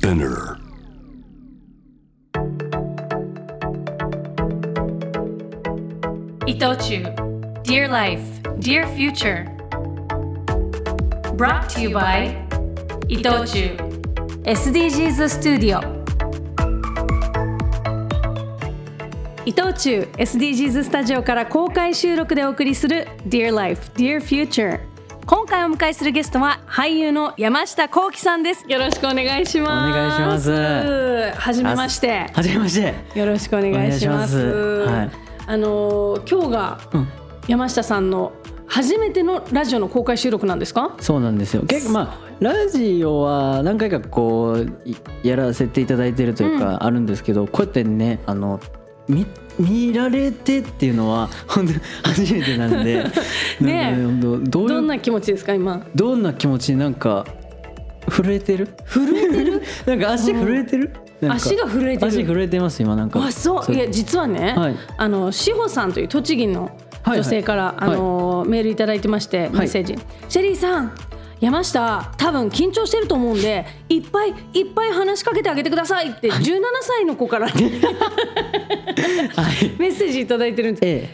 Spinner. 伊藤忠 Dear Life, Dear Future Brought to you by 伊藤忠 SDGs スタジオ。伊藤忠 SDGs スタジオから公開収録でお送りする Dear Life, Dear Future。今回お迎えするゲストは俳優の山下幸輝さんです。よろしくお願いします。 お願いします。 はじめまして。 はじめまして。 よろしくお願いします。 はい、 今日が山下さんの初めてのラジオの公開収録なんですか？ そうなんですよ。結構ラジオは何回かこうやらせていただいてるというかあるんですけど、こうやってね見られてっていうのは本当に初めてなんでねえ、どんな気持ちですか今？ どんな気持ち？なんか震えてるなんか足震えてる、 足が震えてる。 足震えてます今なんか。 あ、そう。いや実はね、はい、志保さんという栃木の女性から、メールいただいてまして、メッセージ、シェリーさん、山下多分緊張してると思うんでいっぱい話しかけてあげてくださいって17歳の子から、メッセージいただいてるんです。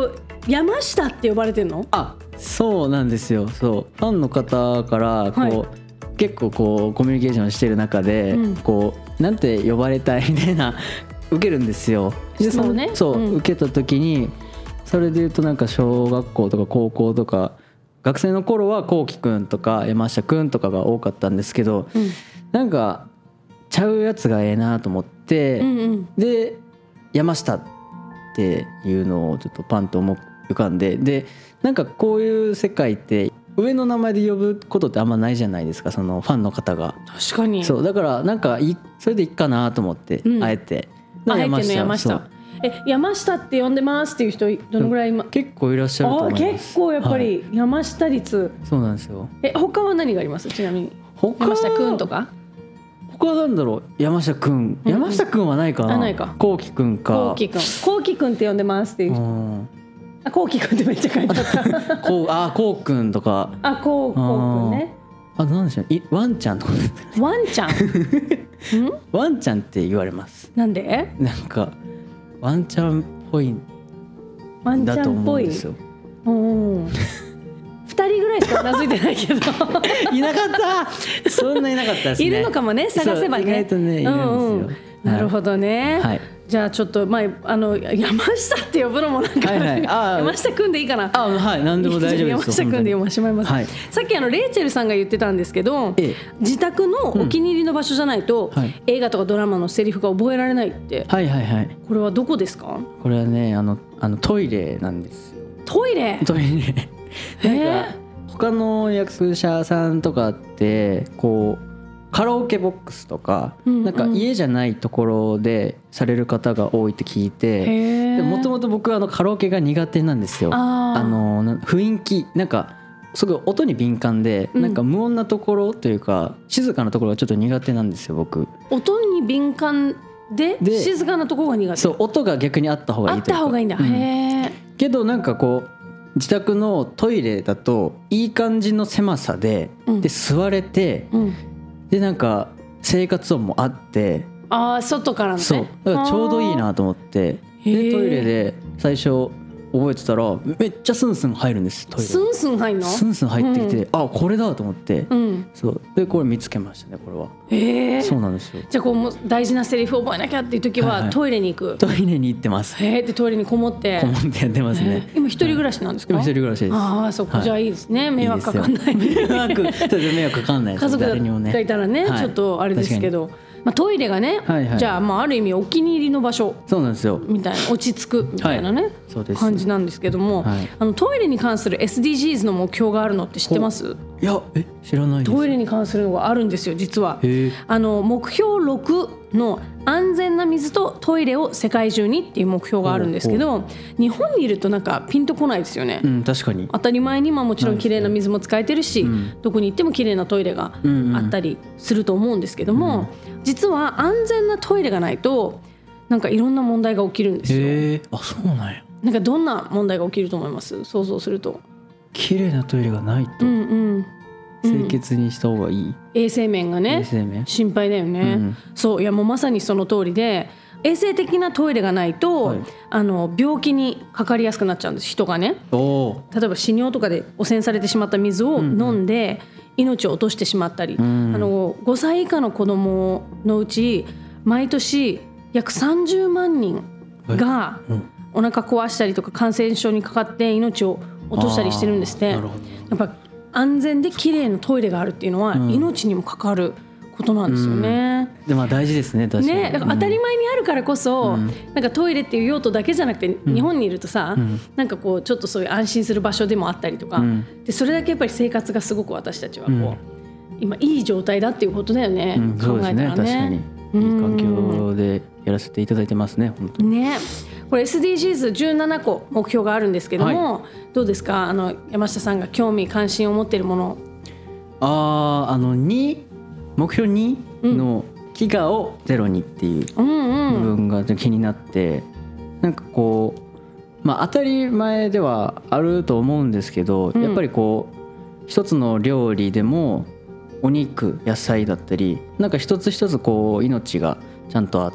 山下って呼ばれてるの？ あ、そうなんですよ。そうファンの方からこう、結構こうコミュニケーションしてる中で、こうなんて呼ばれたいみたいな受けるんですよ。でそうね、 受けた時にそれで言うとなんか小学校とか高校とか学生の頃はこうきくんとか山下くんとかが多かったんですけど、なんかちゃうやつがええなと思って、で山下っていうのをちょっとパンと浮かんで、なんかこういう世界って上の名前で呼ぶことってあんまないじゃないですか、そのファンの方が。 確かに。 そうだからなんかそれでいいかなと思って、あえての山下。山下って呼んでますっていう人どのぐらい今？結構いらっしゃると思います。 結構やっぱり山下率、 そうなんですよ。 他は何があります？ちなみに山下くんとか。 他はなんだろう？山下くんはないかな。 ないか。 こうきくんか。 こうきくんって呼んでますっていう人。こうきくんってめっちゃ書いてあった。こうくんとか。 こうくんね。 なんでしょう。ワンちゃんとか。 ワンちゃん。 ワンちゃんって言われます。 なんで？ なんかワンちゃんっぽいだと思うんですよ。2 人ぐらいしかうなずいてないけどいなかった。そんないなかったですね。 いるのかもね、探せばね。 意外とねいるんですよ。 なるほどね。じゃあちょっと山下って呼ぶのもなんか山下くんでいいかな。 何でも大丈夫です。 山下くんで読ましまいます。さっきレイチェルさんが言ってたんですけど、自宅のお気に入りの場所じゃないと映画とかドラマのセリフが覚えられないって。これはどこですか？ これはねトイレなんですよ。 トイレなんか他の役者さんとかってこうカラオケボックスとか、なんか家じゃないところでされる方が多いって聞いて、もともと僕はカラオケが苦手なんですよ。雰囲気なんかすごい音に敏感で、なんか無音なところというか静かなところがちょっと苦手なんですよ僕。 音に敏感で静かなところが苦手。 そう、音が逆にあった方がいいというか。 あった方がいいんだ。 けどなんかこう自宅のトイレだといい感じの狭さで、座れて、でなんか生活音もあって、 外からのね。 そうだからちょうどいいなと思って、でトイレで最初覚えてたらめっちゃスンスン入るんです。トイレスンスン入るの？ スンスン入ってきて、これだと思って、そうでこれ見つけましたね。これはそうなんですよ。 じゃあこう大事なセリフ覚えなきゃっていう時はトイレに行く？ トイレに行ってます。 でトイレにこもってやってますね。 今一人暮らしなんですか？ 今一人暮らしです。 そこじゃあいいですね。迷惑かかんない。 迷惑かかんないです。 家族がいたらね、ちょっとあれですけど、トイレがね、じゃあある意味お気に入りの場所みたいな、落ち着くみたいなね感じなんですけども、トイレに関する SDGs の目標があるのって知ってます？ いや知らないです。 トイレに関するのがあるんですよ実は。目標6の安全な水とトイレを世界中にっていう目標があるんですけど、日本にいるとなんかピンとこないですよね。 確かに。 当たり前にもちろんきれいな水も使えてるし、どこに行ってもきれいなトイレがあったりすると思うんですけども、実は安全なトイレがないとなんかいろんな問題が起きるんですよ。 そうなんや。 なんかどんな問題が起きると思います？想像すると。 きれいなトイレがないと、清清潔にした方がいい、 衛生面がね心配だよね、そういやもうまさにその通りで、衛生的なトイレがないと、病気にかかりやすくなっちゃうんです、人がね。例えば死尿とかで汚染されてしまった水を飲んで命を落としてしまったり、5歳以下の子どものうち毎年約30万人がお腹壊したりとか感染症にかかって命を落としたりしてるんですって。やっぱ安全できれいなトイレがあるっていうのは命にも関わることなんですよね。 でも大事ですね、確かに。 ね、だから当たり前にあるからこそ、なんかトイレっていう用途だけじゃなくて、日本にいるとさ、なんかこうちょっとそういう安心する場所でもあったりとか、でそれだけやっぱり生活がすごく私たちはこう、今いい状態だっていうことだよね、考えたらね。確かにいい環境でやらせていただいてますね、本当にね。これ SDGs17 個目標があるんですけども、どうですか、山下さんが興味関心を持っているもの。 目標2の飢餓をゼロにっていう部分が気になって、なんかこう、当たり前ではあると思うんですけど、やっぱりこう一つの料理でもお肉野菜だったり、なんか一つ一つこう命がちゃんとあって、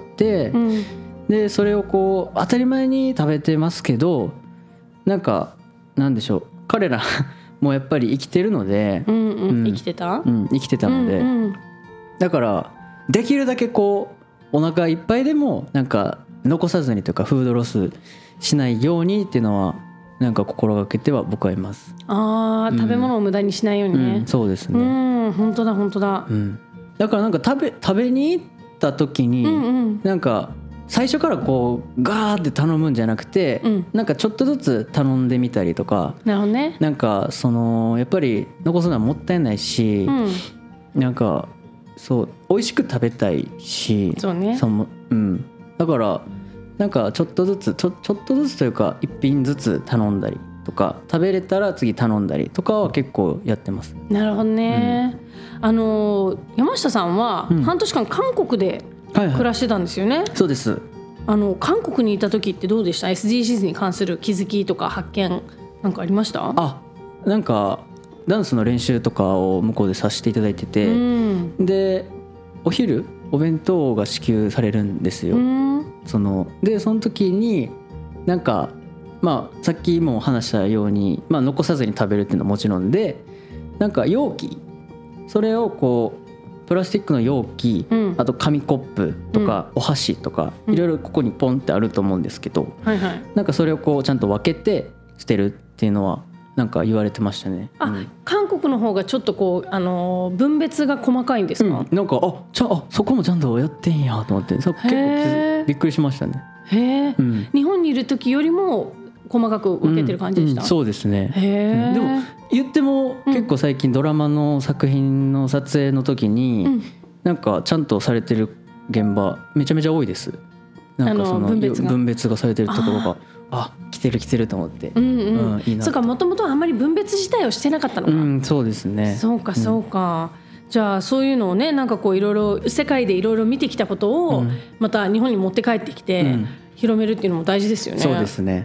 でそれをこう当たり前に食べてますけど、なんかなんでしょう、彼らもうやっぱり生きてるので、 生きてたので、だからできるだけこうお腹いっぱいでもなんか残さずにというか、フードロスしないようにっていうのはなんか心がけては僕はいます。 食べ物を無駄にしないようにね、 そうですね、 本当だ本当だ、 だからなんか食べに行った時に、なんか最初からこうガーって頼むんじゃなくて、なんかちょっとずつ頼んでみたりとか、 なるほどね、 なんかそのやっぱり残すのはもったいないし、なんかそう美味しく食べたいし、 そうね、 だからなんかちょっとずつというか一品ずつ頼んだりとか、食べれたら次頼んだりとかは結構やってます。 なるほどね、山下さんは半年間韓国で暮らしてたんですよね。 そうです。 韓国にいた時ってどうでした？ SDGs に関する気づきとか発見なんかありました？ なんかダンスの練習とかを向こうでさせていただいてて、でお昼お弁当が支給されるんですよ。その時になんかさっきも話したように、残さずに食べるっていうのはもちろんで、なんか容器、それをこうプラスチックの容器、あと紙コップとか、お箸とかいろいろここにポンってあると思うんですけど、なんかそれをこうちゃんと分けて捨てるっていうのはなんか言われてましたね。 韓国の方がちょっとこう分別が細かいんですか？ なんかそこもちゃんとやってんやと思って、結構びっくりしましたね。 日本にいる時よりも細かく分けてる感じでした？ そうですね。でも言っても結構最近ドラマの作品の撮影の時に、なんかちゃんとされてる現場めちゃめちゃ多いです。なんかその分別がされてるところが来てると思って、いいな。 そうか、もともとあんまり分別自体をしてなかったのか。 そうですね。 そうか、じゃあそういうのをね、なんかこういろいろ世界でいろいろ見てきたことをまた日本に持って帰ってきて広めるっていうのも大事ですよね。 そうですね。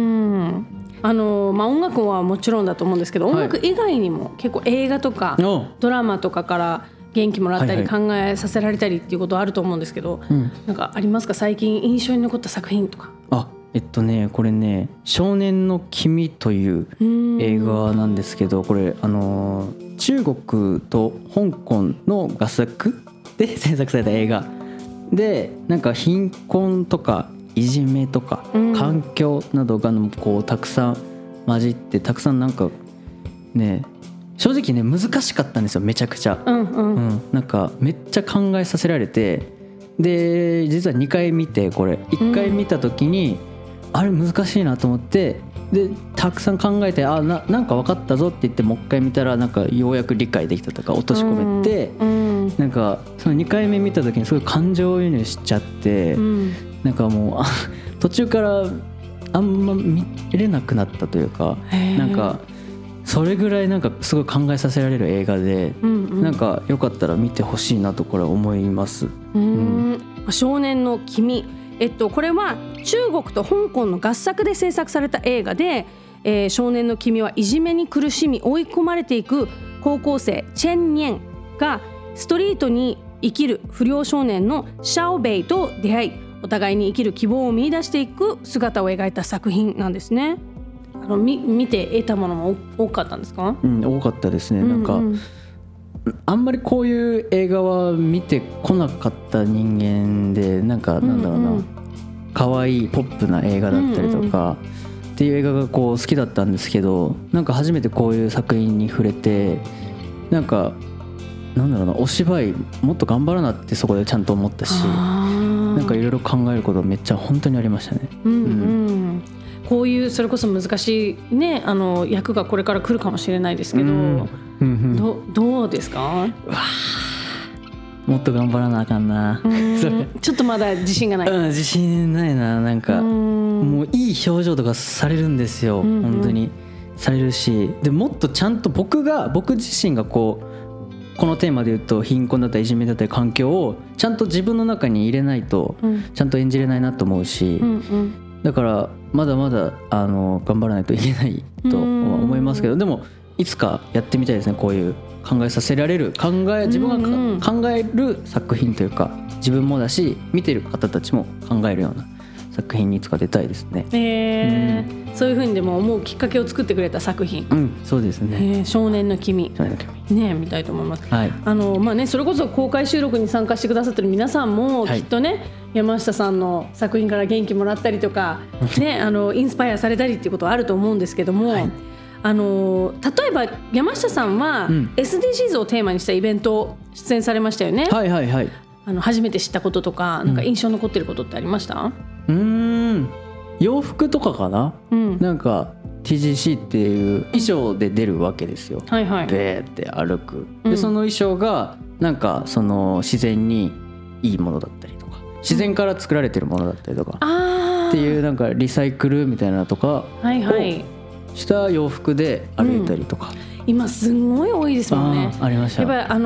音楽はもちろんだと思うんですけど、音楽以外にも結構映画とかドラマとかから元気もらったり考えさせられたりっていうことはあると思うんですけど、なんかありますか？最近印象に残った作品とか。 これね、少年の君という映画なんですけど、これ中国と香港の合作で制作された映画で、なんか貧困とかいじめとか環境などがこうたくさん混じって、たくさんなんかね、正直ね難しかったんですよ、めちゃくちゃ。なんかめっちゃ考えさせられて、で実は2回見て、これ1回見た時にあれ難しいなと思って、でたくさん考えてなんか分かったぞって言ってもう1回見たら、なんかようやく理解できたとか落とし込めて、なんかその2回目見た時にすごい感情移入しちゃって、なんかもう途中からあんま見れなくなったというか、なんかそれぐらいなんかすごい考えさせられる映画で、なんかよかったら見てほしいなとこれ思います。 少年の君、これは中国と香港の合作で制作された映画で、少年の君はいじめに苦しみ追い込まれていく高校生チェン・ニェンがストリートに生きる不良少年のシャオベイと出会い、お互いに生きる希望を見出していく姿を描いた作品なんですね。見て得たものも多かったんですか？ 多かったですね。なんか、あんまりこういう映画は見てこなかった人間で、なんだろうな、可愛いポップな映画だったりとかっていう映画がこう好きだったんですけど、なんか初めてこういう作品に触れて、なんだろうな、お芝居もっと頑張らなってそこでちゃんと思ったし、なんかいろいろ考えることめっちゃ本当にありましたね。こういうそれこそ難しいね、役がこれから来るかもしれないですけど、どうですか？ もっと頑張らなあかんな。 ちょっとまだ自信がない。 自信ないな。なんかもういい表情とかされるんですよ、本当にされるし、でもっとちゃんと僕自身がこのテーマで言うと貧困だったりいじめだったり環境をちゃんと自分の中に入れないとちゃんと演じれないなと思うし、だからまだまだ頑張らないといけないと思いますけど、でもいつかやってみたいですね。こういう考えさせられる自分が考える作品というか、自分もだし見てる方たちも考えるような作品にいつか出たいですね。 そういう風にでも思うきっかけを作ってくれた作品、 そうですね。 少年の君ね、見たいと思います。それこそ公開収録に参加してくださってる皆さんもきっとね、山下さんの作品から元気もらったりとか、ね、インスパイアされたりっていうことはあると思うんですけども、例えば山下さんは SDGs をテーマにしたイベント出演されましたよね。初めて知ったこととか、なんか印象に残ってることってありました？ 洋服とかかな、なんか TGC っていう衣装で出るわけですよ。ベーって歩く。でその衣装がなんかその自然にいいものだったりとか、自然から作られてるものだったりとかっていうなんかリサイクルみたいなとかをした洋服で歩いたりとか、 今すごい多いですもんね。 ありました。 やっぱり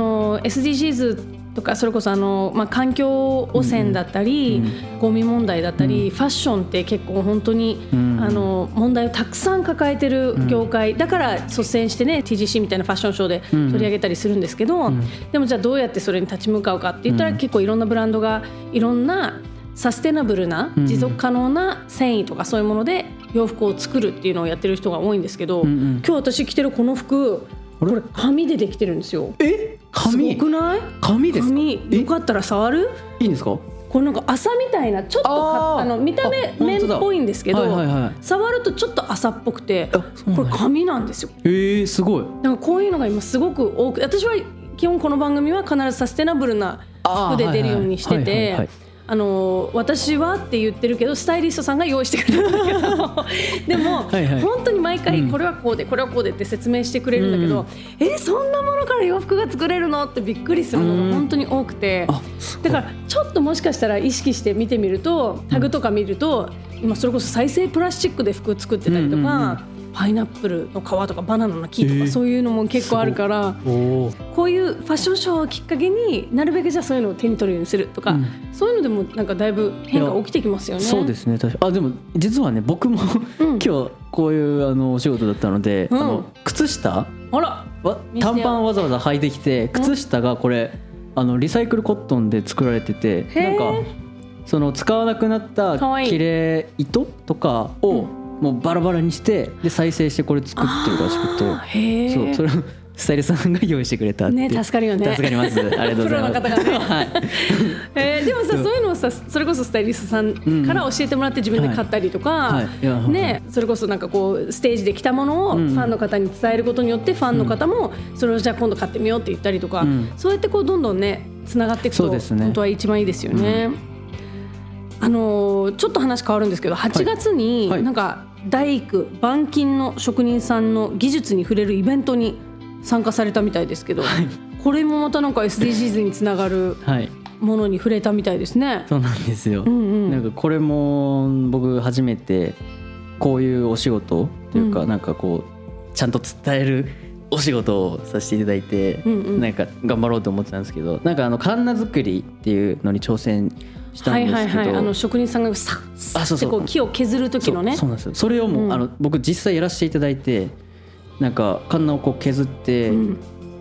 SDGsとか、それこそ環境汚染だったり、ゴミ問題だったり、ファッションって結構本当に、問題をたくさん抱えてる業界だから率先してね TGC みたいなファッションショーで取り上げたりするんですけど、でもじゃあどうやってそれに立ち向かうかって言ったら、結構いろんなブランドがいろんなサステナブルな持続可能な繊維とかそういうもので洋服を作るっていうのをやってる人が多いんですけど、今日私着てるこの服、これ紙でできてるんですよ。すごくない？ 紙ですか？ よかったら触る？いいんですか？これなんか麻みたいな、ちょっと見た目綿っぽいんですけど、触るとちょっと麻っぽくて、これ紙なんですよ。 すごい。 なんかこういうのが今すごく多く、私は基本この番組は必ずサステナブルな服で出るようにしてて、私はって言ってるけどスタイリストさんが用意してくれるんだけどでも、本当に毎回これはこうでこれはこうでって説明してくれるんだけど、そんなものから洋服が作れるのってびっくりするのが本当に多くて、だからちょっともしかしたら意識して見てみると、タグとか見ると今それこそ再生プラスチックで服作ってたりとか、パイナップルの皮とかバナナの木とかそういうのも結構あるから、こういうファッションショーをきっかけになるべくじゃあそういうのを手に取るようにするとか、そういうのでもなんかだいぶ変化起きてきますよね。 そうですね。確かでも実はね、僕も今日こういうお仕事だったので、靴下短パンわざわざ履いてきて、靴下がこれリサイクルコットンで作られてて、なんかその使わなくなった切れ糸とかをもうバラバラにしてで再生してこれ作ってるらしくて、そうそれをスタイリストさんが用意してくれたって助かるよね。 助かります。ありがとうございます。 プロの方がね。でもさ、そういうのをさ、それこそスタイリストさんから教えてもらって自分で買ったりとか、それこそなんかこうステージで着たものをファンの方に伝えることによって、ファンの方もそれをじゃあ今度買ってみようって言ったりとか、そうやってこうどんどんねつながっていくと本当は一番いいですよね。ちょっと話変わるんですけど、8月になんか大工板金の職人さんの技術に触れるイベントに参加されたみたいですけど、これもまたなんか SDGs につながるものに触れたみたいですね。 そうなんですよ。なんかこれも僕初めてこういうお仕事というか、なんかこうちゃんと伝えるお仕事をさせていただいて、なんか頑張ろうと思ってたんですけど、なんかカンナ作りっていうのに挑戦したんですけど、職人さんがサッってこう木を削る時のね、 そうなんですよ。それをもう僕実際やらせていただいて、なんかカンナをこう削って、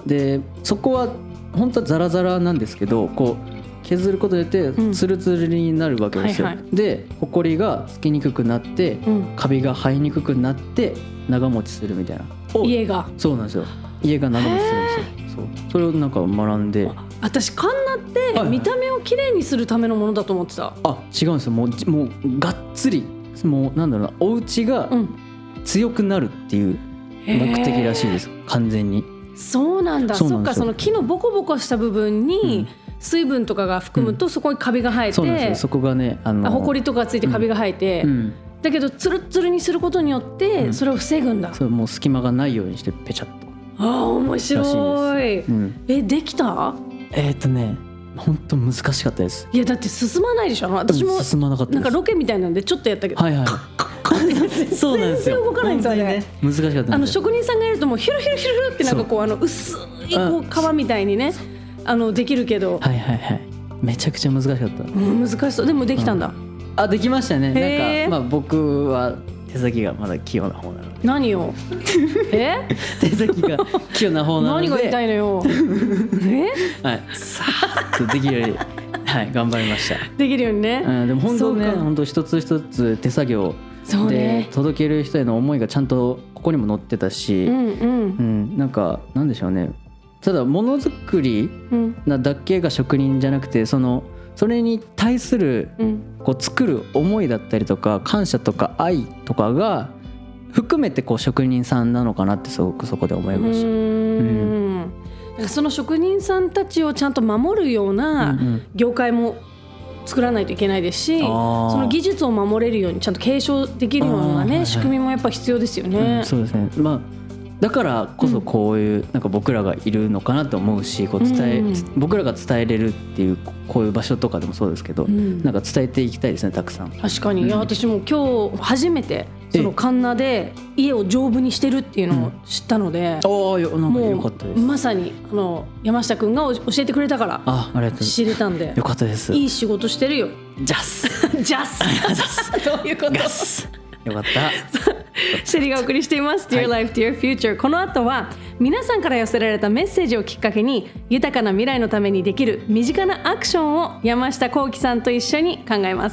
でそこは本当はザラザラなんですけど、こう削ることによってツルツルになるわけですよ、でホコリがつきにくくなって、カビが生えにくくなって長持ちするみたいな。 家がそうなんですよ、家が長持ちするんですよ。それをなんか学んで、 私カンナって見た目をきれいにするためのものだと思ってた。 違うんですよ。もうがっつり、もうなんだろうな、お家が強くなるっていう目的らしいです、完全に。 そうなんだ。そっか、その木のボコボコした部分に水分とかが含むと、そこにカビが生えて、 そうなんですよ。そこがね、 ホコリとかついてカビが生えて、だけどツルツルにすることによってそれを防ぐんだ。 そう、もう隙間がないようにしてペチャッと。 面白い。できた？ 本当難しかったです。 いやだって進まないでしょ。私も進まなかったです。 なんかロケみたいなんでちょっとやったけど、 そうなんですよ。 全然動かないんですよね。 難しかったんです。 職人さんがやるともうヒュルヒュルヒュルってなんかこう薄いこう皮みたいにねできるけど、 めちゃくちゃ難しかった。 難しそう。でもできたんだ。 できましたね。なんか僕は手先がまだ器用な方なので。 何を手先が器用な方なので。 何が言いたいのよ。 さーっとできるように頑張りました。 できるようにね。 でも本当ね、本当一つ一つ手作業で届ける人への思いがちゃんとここにも載ってたし、なんかなんでしょうね。ただものづくりなだけが職人じゃなくて、それに対するこう作る思いだったりとか感謝とか愛とかが含めてこう職人さんなのかなってすごくそこで思いました。 その職人さんたちをちゃんと守るような業界も作らないといけないですし、その技術を守れるようにちゃんと継承できるようなね、仕組みもやっぱ必要ですよね。 そうですね。だからこそこういうなんか僕らがいるのかなと思うし、こう僕らが伝えれるっていうこういう場所とかでもそうですけど、なんか伝えていきたいですね、たくさん。 確かに。いや私も今日初めてそのカンナで家を丈夫にしてるっていうのを知ったので、 なんかよかったです。 まさに山下くんが教えてくれたから知れたんで、 よかったです。 いい仕事してるよ。 ジャスジャスどういうこと？ よかった。 シェリがお送りしています Dear Life Dear Future。 この後は皆さんから寄せられたメッセージをきっかけに豊かな未来のためにできる身近なアクションを山下幸輝さんと一緒に考えます。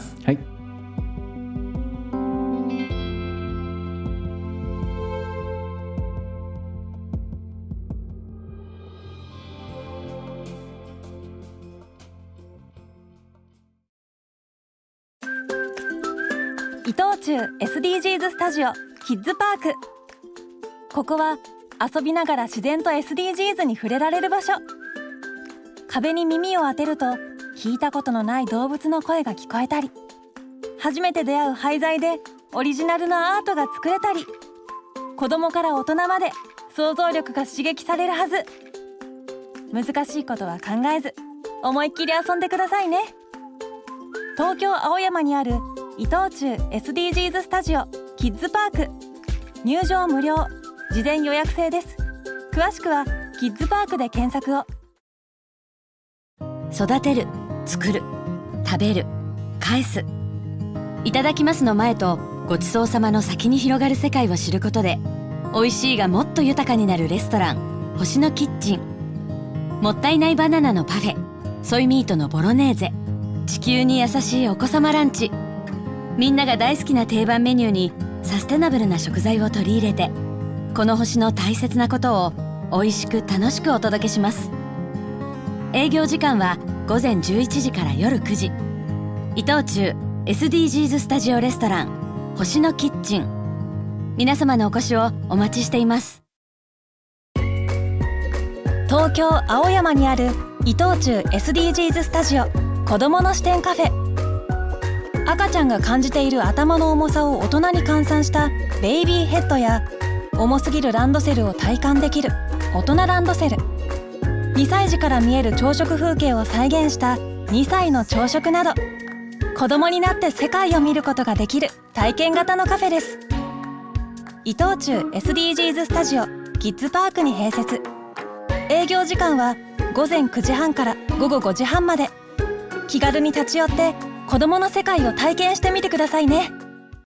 伊藤忠 SDGs スタジオキッズパーク。ここは遊びながら自然と SDGs に触れられる場所。壁に耳を当てると聞いたことのない動物の声が聞こえたり、初めて出会う廃材でオリジナルのアートが作れたり、子供から大人まで想像力が刺激されるはず。難しいことは考えず思いっきり遊んでくださいね。東京青山にある伊藤忠 SDGs スタジオキッズパーク。入場無料、事前予約制です。詳しくはキッズパークで検索を。 育てる、作る、食べる、返す。いただきますの前とごちそうさまの先に広がる世界を知ることで、美味しいがもっと豊かになるレストラン星のキッチン。もったいないバナナのパフェ、ソイミートのボロネーゼ、地球に優しいお子様ランチ。みんなが大好きな定番メニューにサステナブルな食材を取り入れて、この星の大切なことを美味しく楽しくお届けします。営業時間は午前11時から夜9時。伊藤忠 SDGs スタジオレストラン星のキッチン。皆様のお越しをお待ちしています。 東京青山にある伊藤忠 SDGs スタジオ子どもの視点カフェ。赤ちゃんが感じている頭の重さを大人に換算したベイビーヘッドや、重すぎるランドセルを体感できる大人ランドセル、2歳児から見える朝食風景を再現した2歳の朝食など、子供になって世界を見ることができる体験型のカフェです。伊藤忠 SDGs スタジオキッズパークに併設。営業時間は午前9時半から午後5時半まで。気軽に立ち寄って子どもの世界を体験してみてくださいね。